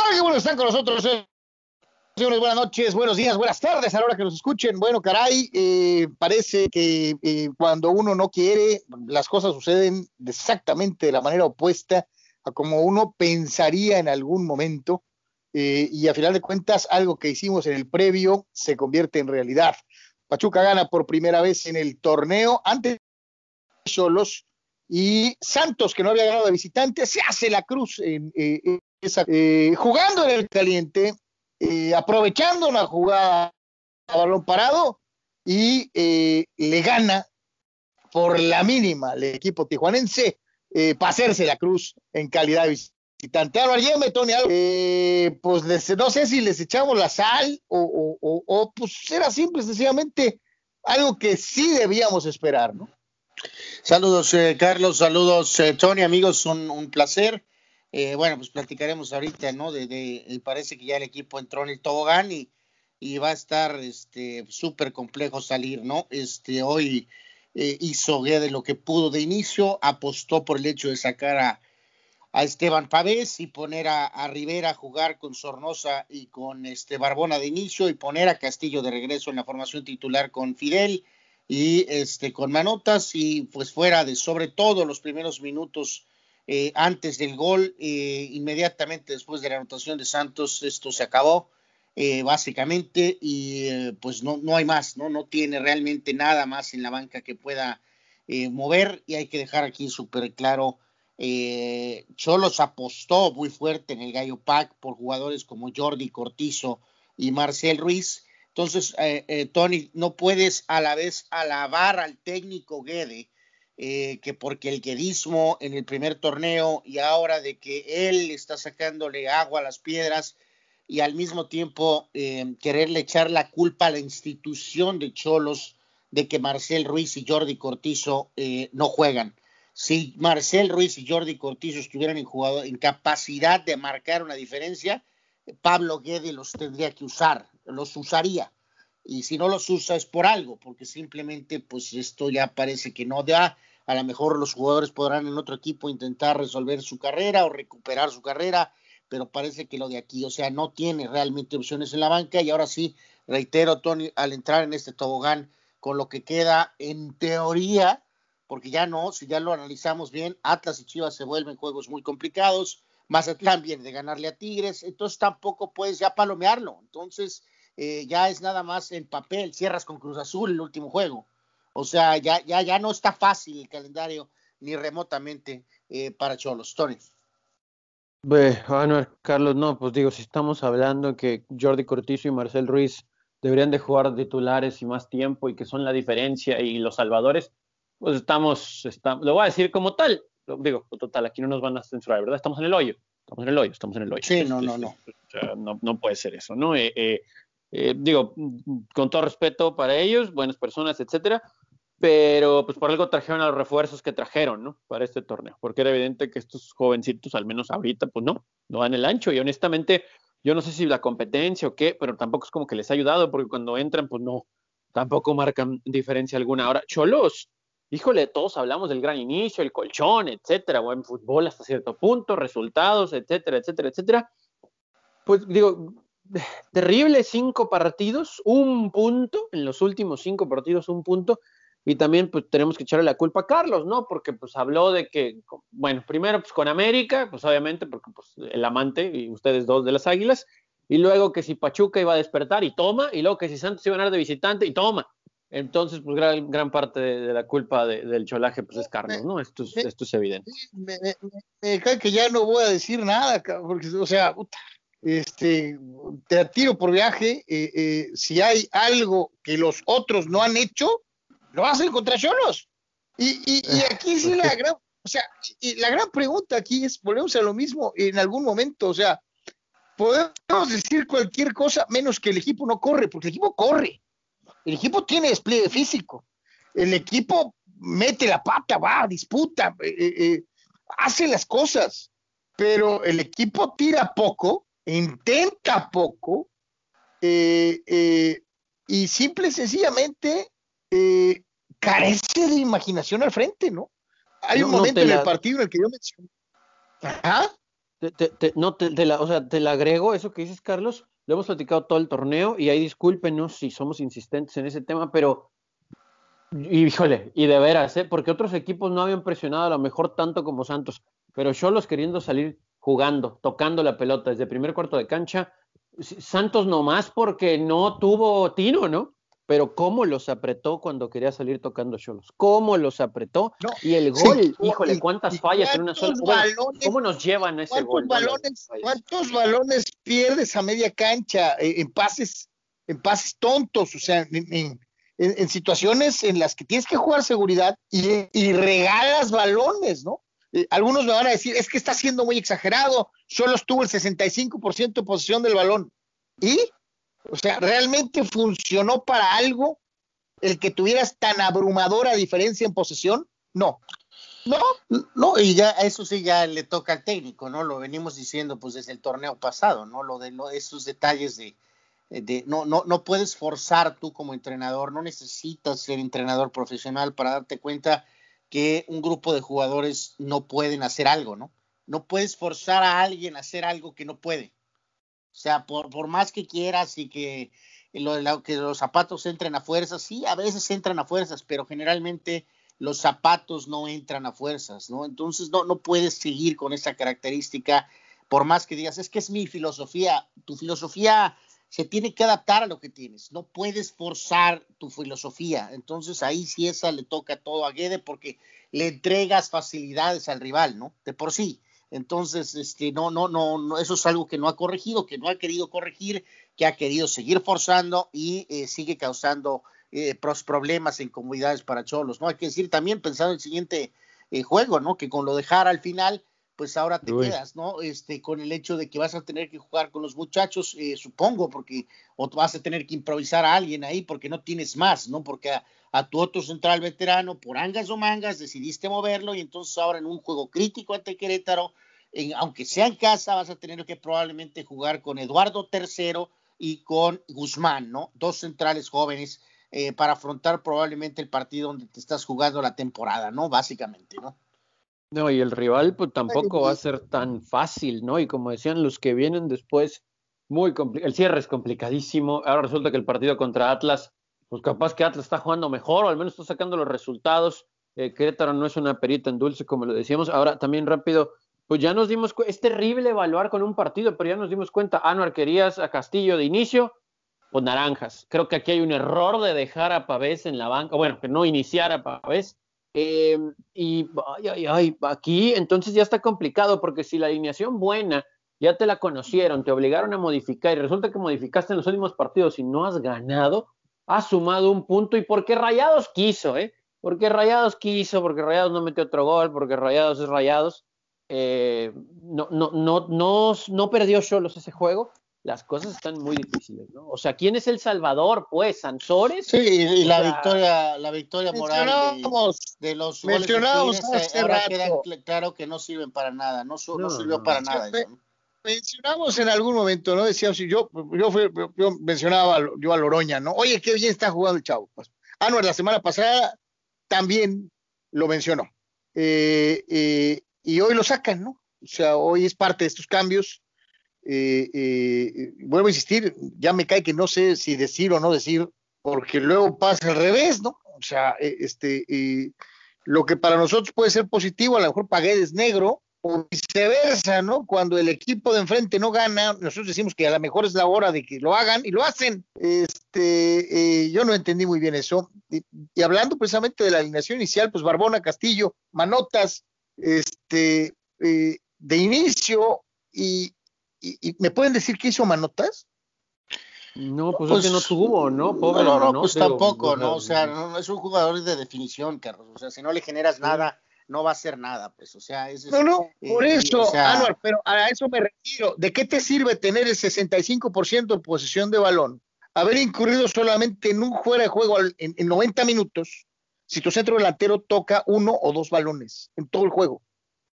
Hola, qué bueno están con nosotros, señores. Buenas noches, buenos días, buenas tardes a la hora que nos escuchen. Bueno, caray, parece que cuando uno no quiere, las cosas suceden exactamente de la manera opuesta a como uno pensaría en algún momento. Y a final de cuentas, algo que hicimos en el previo se convierte en realidad. Pachuca gana por primera vez en el torneo ante Xolos, y Santos, que no había ganado de visitante, se hace la cruz jugando en el caliente, aprovechando una jugada a balón parado, y le gana por la mínima el equipo tijuanense, para hacerse la cruz en calidad de visitante. Ahora, Tony, pues no sé si les echamos la sal o pues era simple, sencillamente algo que sí debíamos esperar, ¿no? Saludos, Carlos, saludos, Tony, amigos, un placer. Bueno, pues platicaremos ahorita, ¿no? Parece que ya el equipo entró en el tobogán y va a estar súper complejo salir, ¿no? Hoy hizo de lo que pudo de inicio, apostó por el hecho de sacar a Esteban Pavés y poner a Rivera a jugar con Sornosa y con Barbona de inicio, y poner a Castillo de regreso en la formación titular con Fidel y con Manotas, y pues fuera de sobre todo los primeros minutos antes del gol, inmediatamente después de la anotación de Santos, esto se acabó básicamente, y pues no hay más, no tiene realmente nada más en la banca que pueda mover, y hay que dejar aquí súper claro. Xolos apostó muy fuerte en el Gallo Pack por jugadores como Jordi Cortizo y Marcel Ruiz. Entonces, Tony, no puedes a la vez alabar al técnico Guede, que porque el guedismo en el primer torneo y ahora de que él está sacándole agua a las piedras, y al mismo tiempo quererle echar la culpa a la institución de Xolos de que Marcel Ruiz y Jordi Cortizo no juegan. Si Marcel Ruiz y Jordi Cortizo estuvieran en capacidad de marcar una diferencia, Pablo Guede los tendría que usar, los usaría. Y si no los usa es por algo, porque simplemente pues esto ya parece que no da. A lo mejor los jugadores podrán en otro equipo intentar resolver su carrera o recuperar su carrera, pero parece que lo de aquí, o sea, no tiene realmente opciones en la banca. Y ahora sí, reitero, Tony, al entrar en este tobogán con lo que queda en teoría, porque ya no, si ya lo analizamos bien, Atlas y Chivas se vuelven juegos muy complicados, Mazatlán viene de ganarle a Tigres, entonces tampoco puedes ya palomearlo. Entonces ya es nada más en papel, cierras con Cruz Azul el último juego, o sea, ya no está fácil el calendario ni remotamente para Xolos. Tony. Bueno, Carlos, no, pues digo, si estamos hablando que Jordi Cortizo y Marcel Ruiz deberían de jugar de titulares y más tiempo y que son la diferencia y los salvadores, pues lo voy a decir como tal, lo digo, total, aquí no nos van a censurar, ¿verdad? Estamos en el hoyo, estamos en el hoyo, estamos en el hoyo. Sí, no. O sea, no puede ser eso, ¿no? Digo, con todo respeto para ellos, buenas personas, etcétera, pero pues por algo trajeron a los refuerzos que trajeron, ¿no? Para este torneo, porque era evidente que estos jovencitos, al menos ahorita, pues no dan el ancho, y honestamente, yo no sé si la competencia o qué, pero tampoco es como que les ha ayudado, porque cuando entran, pues no, tampoco marcan diferencia alguna. Ahora, Xolos, híjole, todos hablamos del gran inicio, el colchón, etcétera, buen fútbol hasta cierto punto, resultados, etcétera, etcétera, etcétera. Pues digo, terrible 5 partidos, un punto, en los últimos 5 partidos, un punto. Y también pues tenemos que echarle la culpa a Carlos, ¿no? Porque pues habló de que, bueno, primero pues con América, pues obviamente porque pues el amante y ustedes dos de las Águilas, y luego que si Pachuca iba a despertar y toma, y luego que si Santos iba a ganar de visitante y toma. Entonces pues gran parte de la culpa del cholaje pues es Carlos, ¿no? Esto es evidente. Me cae que ya no voy a decir nada, porque, o sea, te tiro por viaje. Si hay algo que los otros no han hecho, lo hacen contra Xolos. Y aquí sí la gran, o sea, y la gran pregunta aquí es, volvemos a lo mismo en algún momento, o sea, podemos decir cualquier cosa menos que el equipo no corre, porque el equipo corre, el equipo tiene despliegue físico, el equipo mete la pata, va, disputa, hace las cosas, pero el equipo tira poco, intenta poco, y simple y sencillamente carece de imaginación al frente, ¿no? Hay un momento en el partido en el que yo mencioné. Ajá. O sea, te la agrego, eso que dices, Carlos, lo hemos platicado todo el torneo y ahí discúlpenos si somos insistentes en ese tema, pero, híjole, y de veras, porque otros equipos no habían presionado a lo mejor tanto como Santos, pero Xolos queriendo salir jugando, tocando la pelota desde el primer cuarto de cancha, Santos nomás porque no tuvo tino, ¿no? Pero cómo los apretó cuando quería salir tocando Xolos, cómo los apretó, No, y el sí, gol, híjole, cuántas y fallas en una sola, bueno, ¿cómo nos llevan a ese gol, no? cuántos balones pierdes a media cancha en pases tontos, o sea, en situaciones en las que tienes que jugar seguridad y regalas balones, ¿no? Algunos me van a decir, es que está siendo muy exagerado, solo estuvo el 65% de posesión del balón. Y, o sea, ¿realmente funcionó para algo el que tuvieras tan abrumadora diferencia en posesión? No. No, no, y ya eso sí ya le toca al técnico, ¿no? Lo venimos diciendo pues desde el torneo pasado, ¿no? Esos detalles no puedes forzar tú como entrenador, no necesitas ser entrenador profesional para darte cuenta que un grupo de jugadores no pueden hacer algo, ¿no? No puedes forzar a alguien a hacer algo que no puede. O sea, por más que quieras y que los zapatos entren a fuerzas, sí, a veces entran a fuerzas, pero generalmente los zapatos no entran a fuerzas, ¿no? Entonces no puedes seguir con esa característica, por más que digas, es que es mi filosofía, tu filosofía se tiene que adaptar a lo que tienes, no puedes forzar tu filosofía, entonces ahí sí esa le toca todo a Guede porque le entregas facilidades al rival, ¿no? De por sí. Entonces, no, eso es algo que no ha corregido, que no ha querido corregir, que ha querido seguir forzando y sigue causando problemas e incomodidades para Xolos, ¿no? Hay que decir también, pensando en el siguiente juego, ¿no? Que con lo de Jara al final, pues ahora te quedas, ¿no? Con el hecho de que vas a tener que jugar con los muchachos, supongo, porque o vas a tener que improvisar a alguien ahí porque no tienes más, ¿no? Porque a tu otro central veterano, por angas o mangas, decidiste moverlo y entonces ahora en un juego crítico ante Querétaro, aunque sea en casa, vas a tener que probablemente jugar con Eduardo III y con Guzmán, ¿no? Dos centrales jóvenes para afrontar probablemente el partido donde te estás jugando la temporada, ¿no? Básicamente, ¿no? No, y el rival pues tampoco va a ser tan fácil, ¿no? Y como decían los que vienen después, el cierre es complicadísimo. Ahora resulta que el partido contra Atlas, pues capaz que Atlas está jugando mejor, o al menos está sacando los resultados. Querétaro no es una perita en dulce, como lo decíamos. Ahora también rápido, pues ya nos dimos cuenta, es terrible evaluar con un partido, pero ya nos dimos cuenta, Anuar querías a Castillo de inicio, pues naranjas. Creo que aquí hay un error de dejar a Pavés en la banca, bueno, que no iniciara a Pavés. Y aquí entonces ya está complicado porque si la alineación buena ya te la conocieron, te obligaron a modificar y resulta que modificaste en los últimos partidos y no has ganado, has sumado un punto y porque Rayados quiso, porque Rayados no metió otro gol, porque Rayados es Rayados, no perdió Xolos ese juego. Las cosas están muy difíciles, ¿no? O sea, ¿quién es el salvador? Pues, ¿Sansores? Sí, y O sea, la victoria moral de los goles de Tigres hace ahora queda rato. claro que no sirven para nada, no sirvió para No. nada eso, ¿no? Mencionamos en algún momento, ¿no? Decíamos, yo mencionaba yo a Loroña, ¿no? Oye, qué bien está jugando el chavo. No, la semana pasada también lo mencionó. Y hoy lo sacan, ¿no? O sea, hoy es parte de estos cambios. Vuelvo a insistir, ya me cae que no sé si decir o no decir, porque luego pasa al revés, ¿no? O sea, lo que para nosotros puede ser positivo, a lo mejor Paguedes negro, o viceversa, ¿no? Cuando el equipo de enfrente no gana, nosotros decimos que a lo mejor es la hora de que lo hagan y lo hacen. Yo no entendí muy bien eso. Y hablando precisamente de la alineación inicial, pues Barbona, Castillo, Manotas, de inicio, y me pueden decir qué hizo Manotas. No, pues es que no Pues tuvo, ¿no? Pobre pues Manote. tampoco, ¿no? O sea, no es un jugador de definición, Carlos. O sea, si no le generas nada, no va a hacer nada, pues. O sea, No, por o eso, sea, Anuar, pero a eso me refiero. ¿De qué te sirve tener el 65% de posesión de balón? Haber incurrido solamente en un fuera de juego en 90 minutos, si tu centro delantero toca uno o dos balones en todo el juego.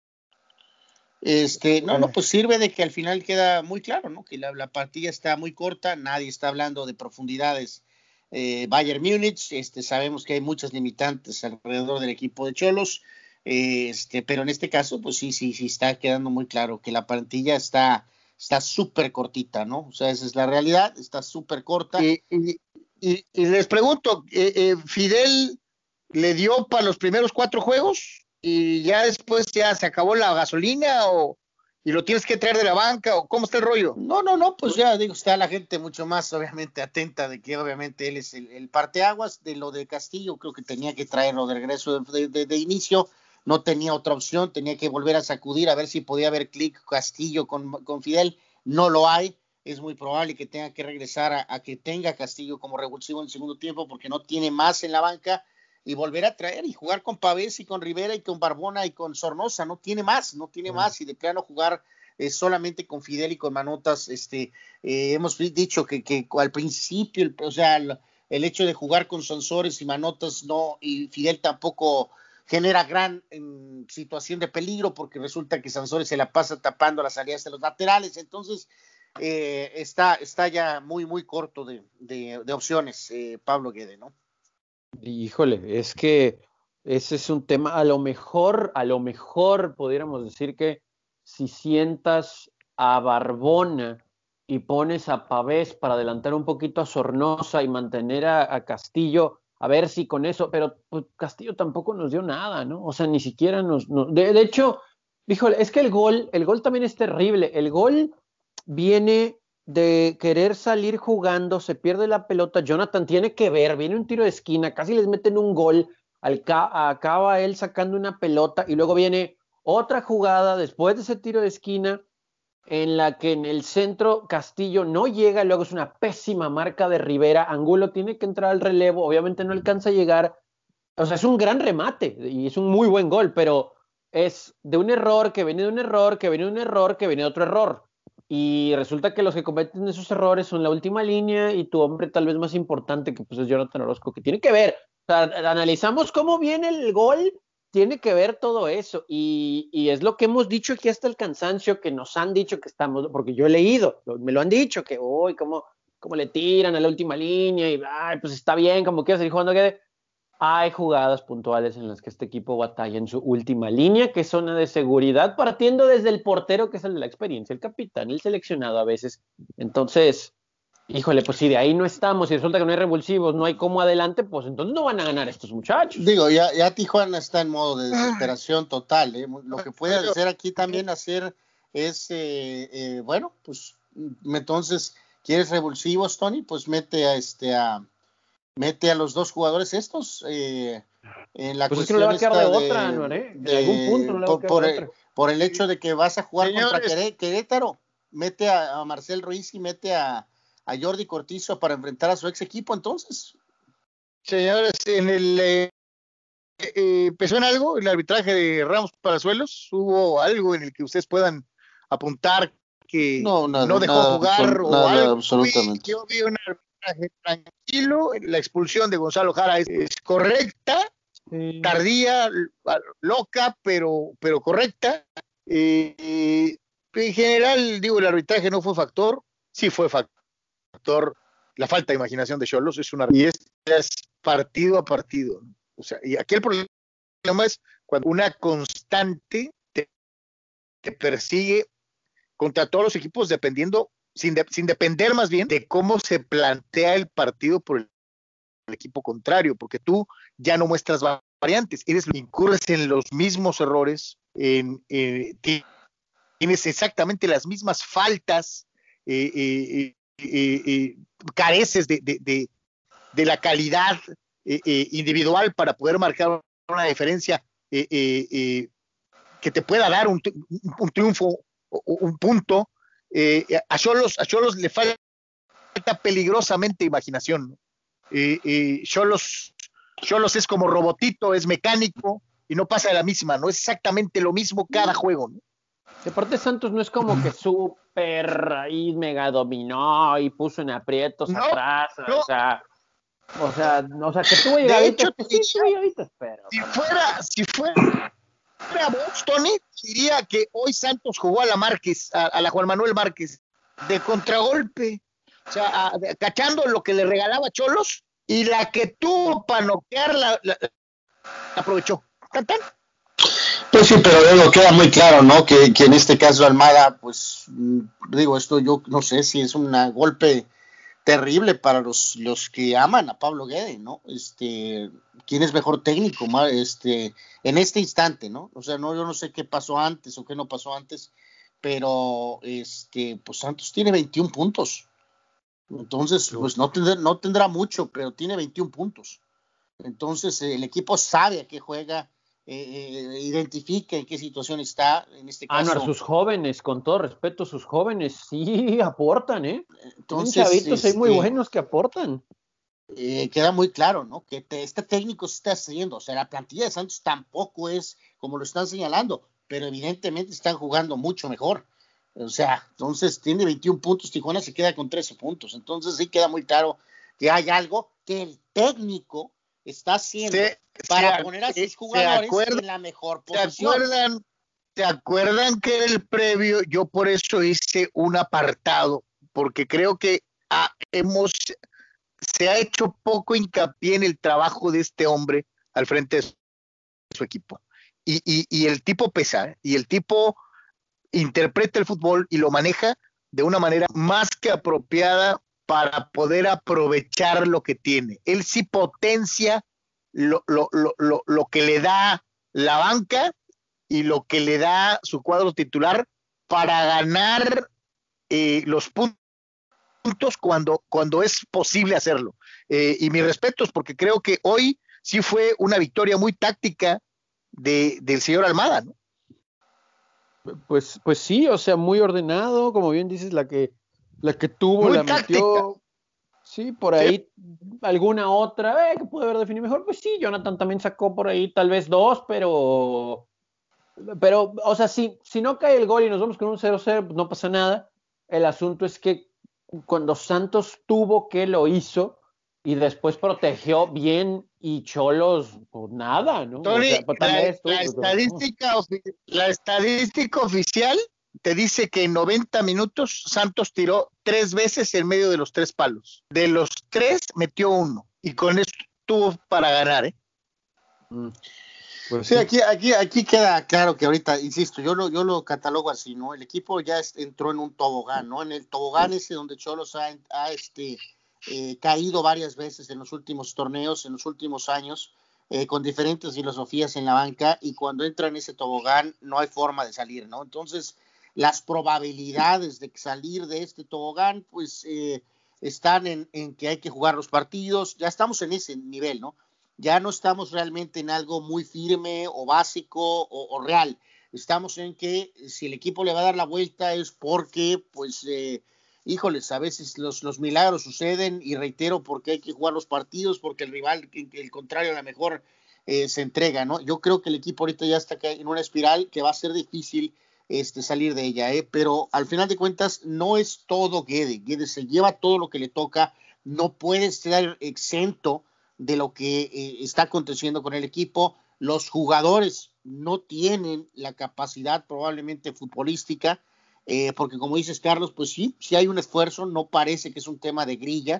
pues sirve de que al final queda muy claro, ¿no? Que la partida está muy corta, nadie está hablando de profundidades. Bayern Múnich, sabemos que hay muchas limitantes alrededor del equipo de Xolos. Pero en este caso, pues sí está quedando muy claro que la plantilla está súper cortita, ¿no? O sea, esa es la realidad, está súper corta. Y les pregunto, ¿Fidel le dio para los primeros 4 juegos y ya después ya se acabó la gasolina y lo tienes que traer de la banca o cómo está el rollo? No, pues ya digo, está la gente mucho más obviamente atenta de que obviamente él es el parteaguas de lo de Castillo. Creo que tenía que traerlo de regreso de inicio, no tenía otra opción, tenía que volver a sacudir a ver si podía haber clic Castillo con Fidel. No lo hay, es muy probable que tenga que regresar a que tenga Castillo como revulsivo en el segundo tiempo porque no tiene más en la banca, y volver a traer y jugar con Pavés y con Rivera y con Barbona y con Sornosa. No tiene más, y de plano jugar solamente con Fidel y con Manotas. Hemos dicho que al principio, o sea, el hecho de jugar con Sansores y Manotas no, y Fidel tampoco genera gran situación de peligro porque resulta que Sansores se la pasa tapando las salidas de los laterales. Entonces está ya muy muy corto de opciones, Pablo Guede, ¿no? Híjole, es que ese es un tema, a lo mejor pudiéramos decir que si sientas a Barbona y pones a Pavés para adelantar un poquito a Sornosa y mantener a Castillo, a ver si con eso, pero pues, Castillo tampoco nos dio nada, ¿no? O sea, ni siquiera de hecho, híjole, es que el gol también es terrible, el gol viene de querer salir jugando, se pierde la pelota, Jonathan tiene que ver, viene un tiro de esquina, casi les meten un gol, acaba él sacando una pelota y luego viene otra jugada después de ese tiro de esquina en la que en el centro Castillo no llega, luego es una pésima marca de Rivera, Angulo tiene que entrar al relevo, obviamente no alcanza a llegar, o sea, es un gran remate y es un muy buen gol, pero es de un error que viene de un error, que viene de un error, que viene de otro error. Y resulta que los que cometen esos errores son la última línea y tu hombre tal vez más importante, que pues es Jonathan Orozco, que tiene que ver. O sea, analizamos cómo viene el gol, tiene que ver todo eso. Y es lo que hemos dicho aquí hasta el cansancio, que nos han dicho que estamos, porque yo he leído, me lo han dicho, que hoy, cómo le tiran a la última línea y ay, pues está bien, como quieras seguir jugando, que hay jugadas puntuales en las que este equipo batalla en su última línea, que es zona de seguridad, partiendo desde el portero, que es el de la experiencia, el capitán, el seleccionado a veces. Entonces, híjole, pues si de ahí no estamos y resulta que no hay revulsivos, no hay cómo adelante, pues entonces no van a ganar estos muchachos. Digo, ya Tijuana está en modo de desesperación total, ¿eh? Lo que puede hacer aquí también es, bueno, pues entonces, ¿quieres revulsivos, Tony? Pues mete a los dos jugadores estos en la pues es que no le va a quedar de otra, ¿no? En algún punto no le va a quedar de otra. Por el hecho de que vas a jugar contra Querétaro, mete a Marcel Ruiz y mete a Jordi Cortizo para enfrentar a su ex equipo, entonces. Señores, ¿empezó en algo el arbitraje de Ramos Palazuelos? ¿Hubo algo en el que ustedes puedan apuntar que no dejó jugar o algo? Absolutamente. Yo vi un arbitraje tranquilo, la expulsión de Gonzalo Jara es correcta, tardía, loca, pero correcta. En general, digo, el arbitraje no fue factor, sí fue factor la falta de imaginación de Xolos, y es partido a partido, ¿no? O sea, y aquí el problema es cuando una constante te persigue contra todos los equipos dependiendo, sin depender más bien de cómo se plantea el partido por el equipo contrario, porque tú ya no muestras variantes, incurres en los mismos errores, tienes exactamente las mismas faltas, careces de la calidad individual para poder marcar una diferencia que te pueda dar un triunfo, un punto. A Xolos le falta peligrosamente imaginación, ¿no? Xolos es como robotito, es mecánico y no pasa de la misma, no es exactamente lo mismo cada juego, ¿no? De parte Santos no es como que súper ahí mega dominó y puso en aprietos atrás, no. O sea, que tuvo llegaditas, pero si fuera vos, Tony, diría que hoy Santos jugó a la Márquez, a la Juan Manuel Márquez, de contragolpe, o sea, cachando lo que le regalaba Xolos, y la que tuvo para noquear la aprovechó. ¿Tan? Pues sí, pero digo, queda muy claro, ¿no? Que en este caso Almada, pues digo, esto yo no sé si es un golpe terrible para los que aman a Pablo Guede, ¿no? ¿Quién es mejor técnico, en este instante, ¿no? O sea, no, yo no sé qué pasó antes o qué no pasó antes, pero pues Santos tiene 21 puntos. Entonces, pues no tendrá mucho, pero tiene 21 puntos. Entonces, el equipo sabe a qué juega, identifica en qué situación está, en este Anuar, caso. sus jóvenes, con todo respeto, sus jóvenes sí aportan, ¿eh? Tienen Entonces, chavitos ahí muy buenos que aportan. Queda muy claro, ¿no? Que este técnico se está haciendo, o sea, la plantilla de Santos tampoco es como lo están señalando, pero evidentemente están jugando mucho mejor. O sea, entonces tiene 21 puntos, Tijuana se queda con 13 puntos. Entonces sí queda muy claro que hay algo que el técnico está haciendo para poner a sus jugadores en la mejor posición. ¿Se acuerdan que en el previo yo por eso hice un apartado? Porque creo que se ha hecho poco hincapié en el trabajo de este hombre al frente de su equipo. Y el tipo pesa, y el tipo interpreta el fútbol y lo maneja de una manera más que apropiada para poder aprovechar lo que tiene. Él sí potencia lo que le da la banca y lo que le da su cuadro titular para ganar los puntos cuando es posible hacerlo. Y mis respetos, porque creo que hoy sí fue una victoria muy táctica del señor Almada, ¿no? Pues sí, o sea, muy ordenado, como bien dices, la que tuvo, muy la táctica. metió. Sí, por ahí alguna otra, que puede haber definido mejor. Pues sí, Jonathan también sacó por ahí tal vez dos, pero, o sea, si no cae el gol y nos vamos con un 0-0, pues no pasa nada. El asunto es que cuando Santos tuvo que lo hizo y después protegió bien y Cholos, pues nada, ¿no? O Tony, sea, pues tal vez tú. la estadística oficial te dice que en 90 minutos Santos tiró 3 veces en medio de los 3 palos. De los 3 metió 1 y con eso tuvo para ganar, ¿eh? Pues sí, aquí queda claro que ahorita, insisto, yo lo catalogo así, ¿no? El equipo ya entró en un tobogán, ¿no? En el tobogán ese donde Cholos ha caído varias veces en los últimos torneos, en los últimos años, con diferentes filosofías en la banca, y cuando entra en ese tobogán no hay forma de salir, ¿no? Entonces, las probabilidades de salir de este tobogán, pues, están en que hay que jugar los partidos, ya estamos en ese nivel, ¿no? Ya no estamos realmente en algo muy firme o básico o real. Estamos en que si el equipo le va a dar la vuelta es porque, pues, híjoles, a veces los milagros suceden, y reitero, porque hay que jugar los partidos, porque el rival, el contrario, a lo mejor se entrega, ¿no? Yo creo que el equipo ahorita ya está en una espiral que va a ser difícil salir de ella, pero al final de cuentas no es todo Guede. Guede se lleva todo lo que le toca, no puede estar exento de lo que está aconteciendo con el equipo. Los jugadores no tienen la capacidad probablemente futbolística, porque como dices, Carlos, pues sí hay un esfuerzo, no parece que es un tema de grilla,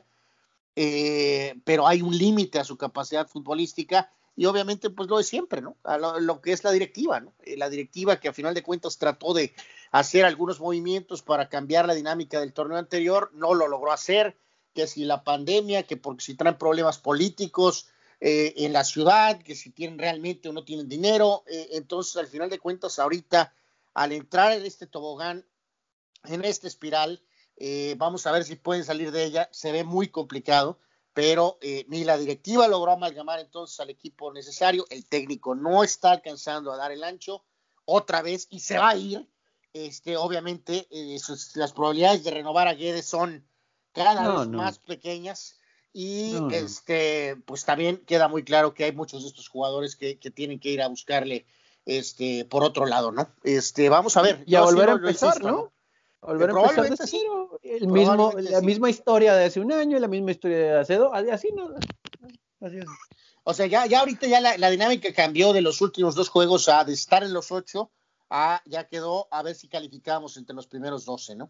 pero hay un límite a su capacidad futbolística, y obviamente pues lo de siempre, ¿no? A lo que es la directiva, ¿no? La directiva que a final de cuentas trató de hacer algunos movimientos para cambiar la dinámica del torneo anterior, no lo logró hacer, que si la pandemia, que porque si traen problemas políticos en la ciudad, que si tienen realmente o no tienen dinero, entonces al final de cuentas ahorita, al entrar en este tobogán, en esta espiral, vamos a ver si pueden salir de ella, se ve muy complicado, pero ni la directiva logró amalgamar entonces al equipo necesario, el técnico no está alcanzando a dar el ancho otra vez y se va a ir. Obviamente las probabilidades de renovar a Guedes son cada vez más pequeñas, y pues también queda muy claro que hay muchos de estos jugadores que tienen que ir a buscarle por otro lado, ¿no? Vamos a ver. Y a volver a empezar, ¿no? Volver a empezar de cero, sí, la misma historia de hace un año, la misma historia de hace dos, así no. Así es. O sea, ya ahorita ya la dinámica cambió de los últimos 2 juegos de estar en los 8 a ya quedó a ver si calificamos entre los primeros 12, ¿no?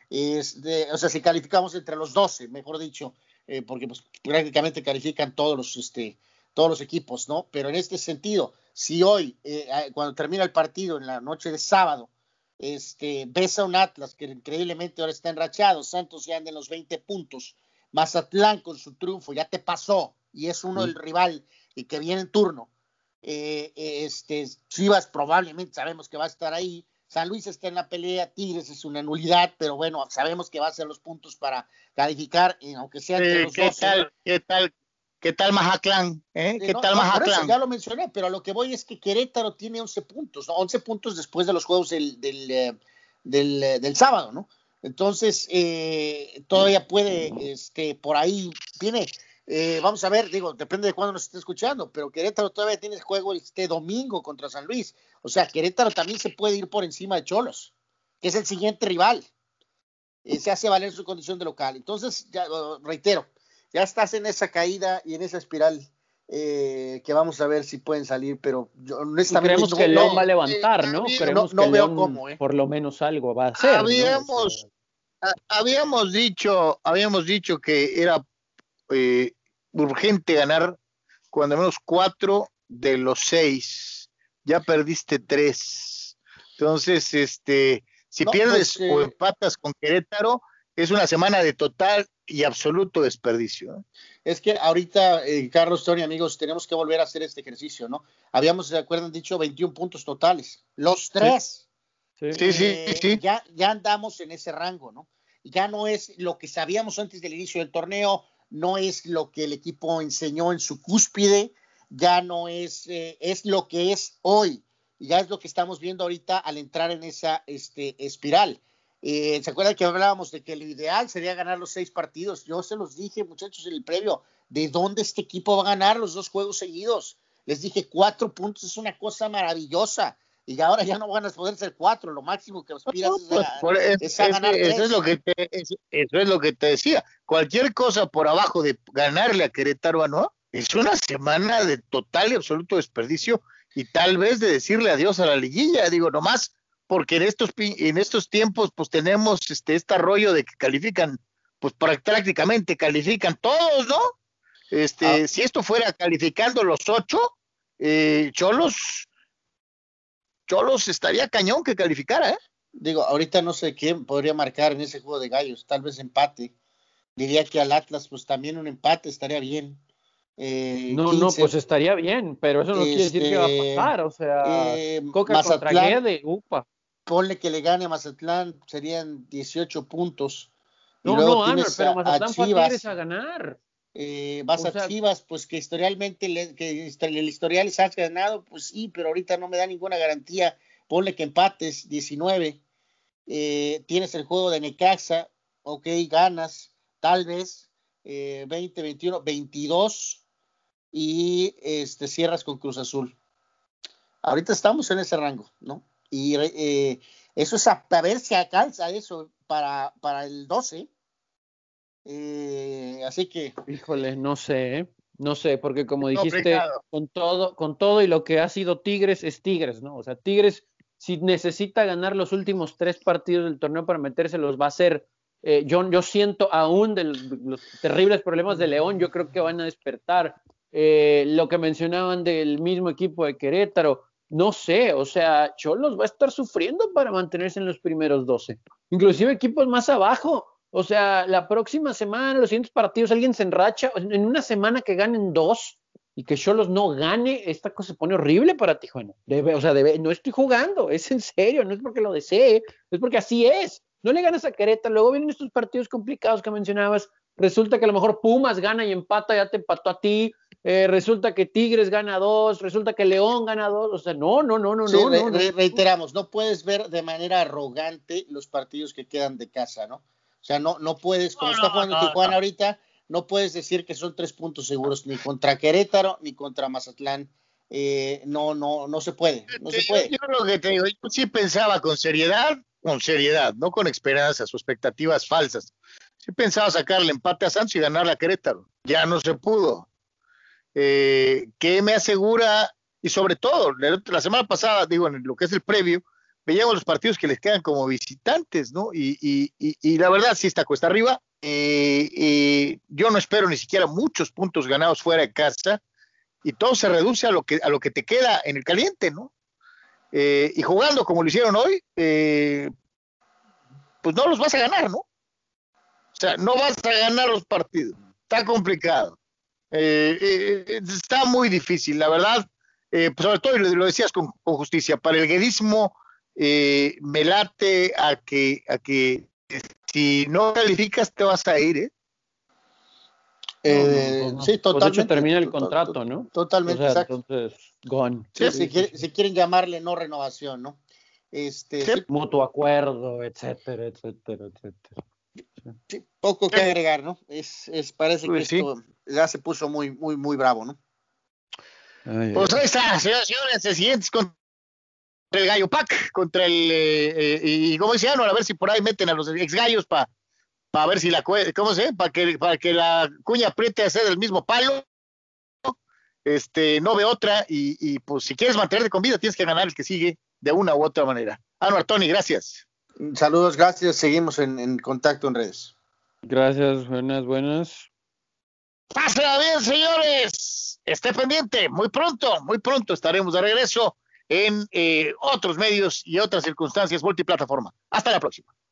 O sea, si calificamos entre los 12, mejor dicho, porque pues prácticamente califican todos los equipos, ¿no? Pero en este sentido, Si hoy, cuando termina el partido en la noche de sábado, ves a un Atlas que increíblemente ahora está enrachado, Santos ya anda en los 20 puntos, Mazatlán con su triunfo ya te pasó y es uno del rival y que viene en turno. Chivas probablemente sabemos que va a estar ahí, San Luis está en la pelea, Tigres es una nulidad, pero bueno, sabemos que va a ser los puntos para calificar, aunque sea entre los dos. ¿Qué tal Mazatlán? ¿Qué tal Mazatlán? Por eso Mazatlán? ya lo mencioné, pero a lo que voy es que Querétaro tiene 11 puntos, ¿no? 11 puntos después de los juegos del sábado, ¿no? Entonces, todavía puede, por ahí viene, vamos a ver, digo, depende de cuándo nos esté escuchando, pero Querétaro todavía tiene juego este domingo contra San Luis. O sea, Querétaro también se puede ir por encima de Xolos, que es el siguiente rival. Se hace valer su condición de local. Entonces, ya reitero, ya estás en esa caída y en esa espiral que vamos a ver si pueden salir, pero yo honestamente creemos que León va a levantar, ¿no? Creemos que veo León cómo, por lo menos algo va a hacer. Habíamos dicho que era urgente ganar cuando menos 4 de los 6. Ya perdiste 3. Entonces, si pierdes o empatas con Querétaro, es una semana de total y absoluto desperdicio. Es que ahorita, Carlos, Tony, amigos, tenemos que volver a hacer este ejercicio, ¿no? Habíamos, ¿se acuerdan? Dicho 21 puntos totales. Los 3. Sí. Ya andamos en ese rango, ¿no? Ya no es lo que sabíamos antes del inicio del torneo, no es lo que el equipo enseñó en su cúspide, ya no es, es lo que es hoy, ya es lo que estamos viendo ahorita al entrar en esa espiral. ¿Se acuerdan que hablábamos de que lo ideal sería ganar los 6 partidos? Yo se los dije, muchachos, en el previo, ¿de dónde este equipo va a ganar los 2 juegos seguidos? Les dije, 4 puntos es una cosa maravillosa. Y ahora ya no van a poder ser 4, lo máximo que aspiras es a ganar 3. Eso es lo que te decía. Cualquier cosa por abajo de ganarle a Querétaro, ¿no? Es una semana de total y absoluto desperdicio y tal vez de decirle adiós a la liguilla. Digo, nomás porque en estos tiempos pues tenemos este rollo de que califican, pues prácticamente califican todos, ¿no? Si esto fuera calificando los 8, Xolos estaría cañón que calificara, ¿eh? Digo, ahorita no sé quién podría marcar en ese juego de gallos, tal vez empate. Diría que al Atlas, pues también un empate estaría bien. No, pues estaría bien, pero eso no quiere decir que va a pasar, o sea, Coca Mazatlán, contra Guede, upa. Ponle que le gane a Mazatlán, serían 18 puntos. No, y luego tienes pero Mazatlán fue a Tigres a ganar. Vas a Chivas, pues que historialmente el historial les has ganado, pues sí, pero ahorita no me da ninguna garantía. Ponle que empates 19, tienes el juego de Necaxa, ok, ganas, tal vez 20, 21, 22 y cierras con Cruz Azul. Ahorita estamos en ese rango, ¿no? Y eso es a ver si alcanza eso para el 12. Así que híjole, no sé, porque como dijiste, con todo y lo que ha sido Tigres, es Tigres, ¿no? O sea, Tigres, si necesita ganar los últimos 3 partidos del torneo para meterse, los va a hacer. Yo siento aún de los terribles problemas de León, yo creo que van a despertar. Lo que mencionaban del mismo equipo de Querétaro, no sé, o sea, Xolos va a estar sufriendo para mantenerse en los primeros 12, inclusive equipos más abajo. O sea, la próxima semana, los siguientes partidos, alguien se enracha, en una semana que ganen 2 y que Xolos no gane, esta cosa se pone horrible para Tijuana. No estoy jugando, es en serio, no es porque lo desee, es porque así es. No le ganas a Querétaro, luego vienen estos partidos complicados que mencionabas, resulta que a lo mejor Pumas gana y empata, ya te empató a ti, resulta que Tigres gana 2, resulta que León gana 2, o sea, no. Reiteramos, no puedes ver de manera arrogante los partidos que quedan de casa, ¿no? O sea, no puedes, como está jugando Tijuana ahorita, no puedes decir que son 3 puntos seguros, ni contra Querétaro, ni contra Mazatlán. No se puede, no se puede. Yo lo que te digo, yo sí pensaba con seriedad, no con esperanzas o expectativas falsas. Sí pensaba sacarle empate a Santos y ganarle a Querétaro. Ya no se pudo. ¿Qué me asegura? Y sobre todo, la semana pasada, digo, en lo que es el previo, veíamos los partidos que les quedan como visitantes, ¿no? Y la verdad sí está cuesta arriba. Yo no espero ni siquiera muchos puntos ganados fuera de casa. y todo se reduce a lo que te queda en el caliente, ¿no? Y jugando como lo hicieron hoy, pues no los vas a ganar, ¿no? O sea, no vas a ganar los partidos. Está complicado. Está muy difícil, la verdad. Pues sobre todo, y lo decías con justicia, para el guedismo me late a que si no calificas te vas a ir, ¿eh? Sí, totalmente. Pues de hecho termina el contrato, ¿no? Totalmente, o sea, exacto. Entonces, gone. Sí, si quieren llamarle no renovación, ¿no? Sí. Mutuo acuerdo, etcétera, etcétera, etcétera. Sí, poco que agregar, ¿no? Parece pues que esto ya se puso muy, muy, muy bravo, ¿no? Pues ahí está, señoras y señores, el siguiente es contra el Gallo Pac, contra y como decía, a ver si por ahí meten a los ex gallos para ver si ¿cómo se? Para que la cuña apriete a ser del mismo palo, no ve otra, y pues si quieres mantenerte con vida tienes que ganar el que sigue de una u otra manera. Anuar, Tony, gracias. Saludos, gracias, seguimos en contacto en redes. Gracias, buenas. Pásenla bien, señores. Esté pendiente. Muy pronto estaremos de regreso en otros medios y otras circunstancias multiplataforma. Hasta la próxima.